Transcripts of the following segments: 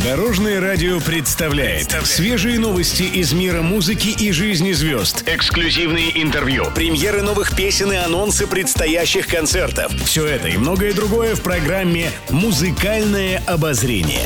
Дорожное радио представляет свежие новости из мира музыки и жизни звезд. Эксклюзивные интервью, премьеры новых песен и анонсы предстоящих концертов. Все это и многое другое в программе «Музыкальное обозрение».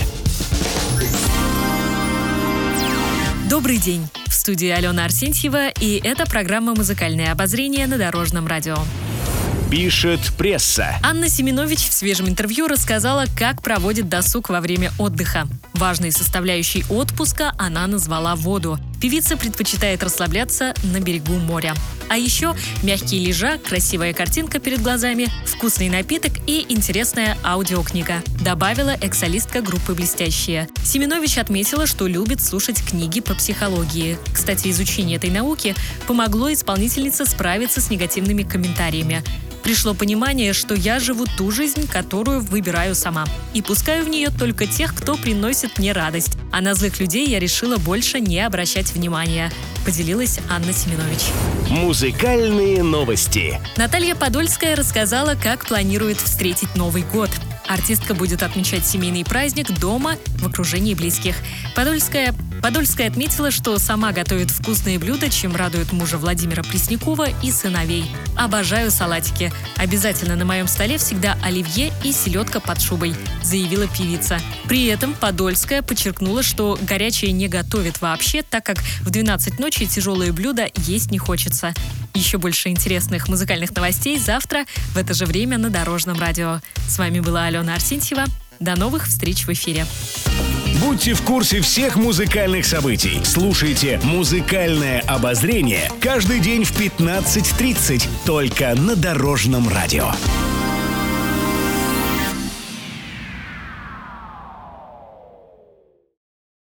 Добрый день! В студии Алена Арсентьева, и это программа «Музыкальное обозрение» на Дорожном радио. Пишет пресса. Анна Семенович в свежем интервью рассказала, как проводит досуг во время отдыха. Важной составляющей отпуска она назвала воду. Певица предпочитает расслабляться на берегу моря. А еще мягкий лежак, красивая картинка перед глазами, вкусный напиток и интересная аудиокнига, добавила экс-солистка группы «Блестящие». Семенович отметила, что любит слушать книги по психологии. Кстати, изучение этой науки помогло исполнительнице справиться с негативными комментариями. Пришло понимание, что я живу ту жизнь, которую выбираю сама. И пускаю в нее только тех, кто приносит мне радость. А на злых людей я решила больше не обращать внимания, поделилась Анна Семенович. Музыкальные новости. Наталья Подольская рассказала, как планирует встретить Новый год. Артистка будет отмечать семейный праздник дома в окружении близких. Подольская отметила, что сама готовит вкусные блюда, чем радует мужа Владимира Преснякова и сыновей. «Обожаю салатики. Обязательно на моем столе всегда оливье и селедка под шубой», заявила певица. При этом Подольская подчеркнула, что горячее не готовит вообще, так как в 12 ночи тяжелые блюда есть не хочется. Еще больше интересных музыкальных новостей завтра в это же время на Дорожном радио. С вами была Алена Арсентьева. До новых встреч в эфире. Будьте в курсе всех музыкальных событий. Слушайте «Музыкальное обозрение» каждый день в 15:30 только на Дорожном радио.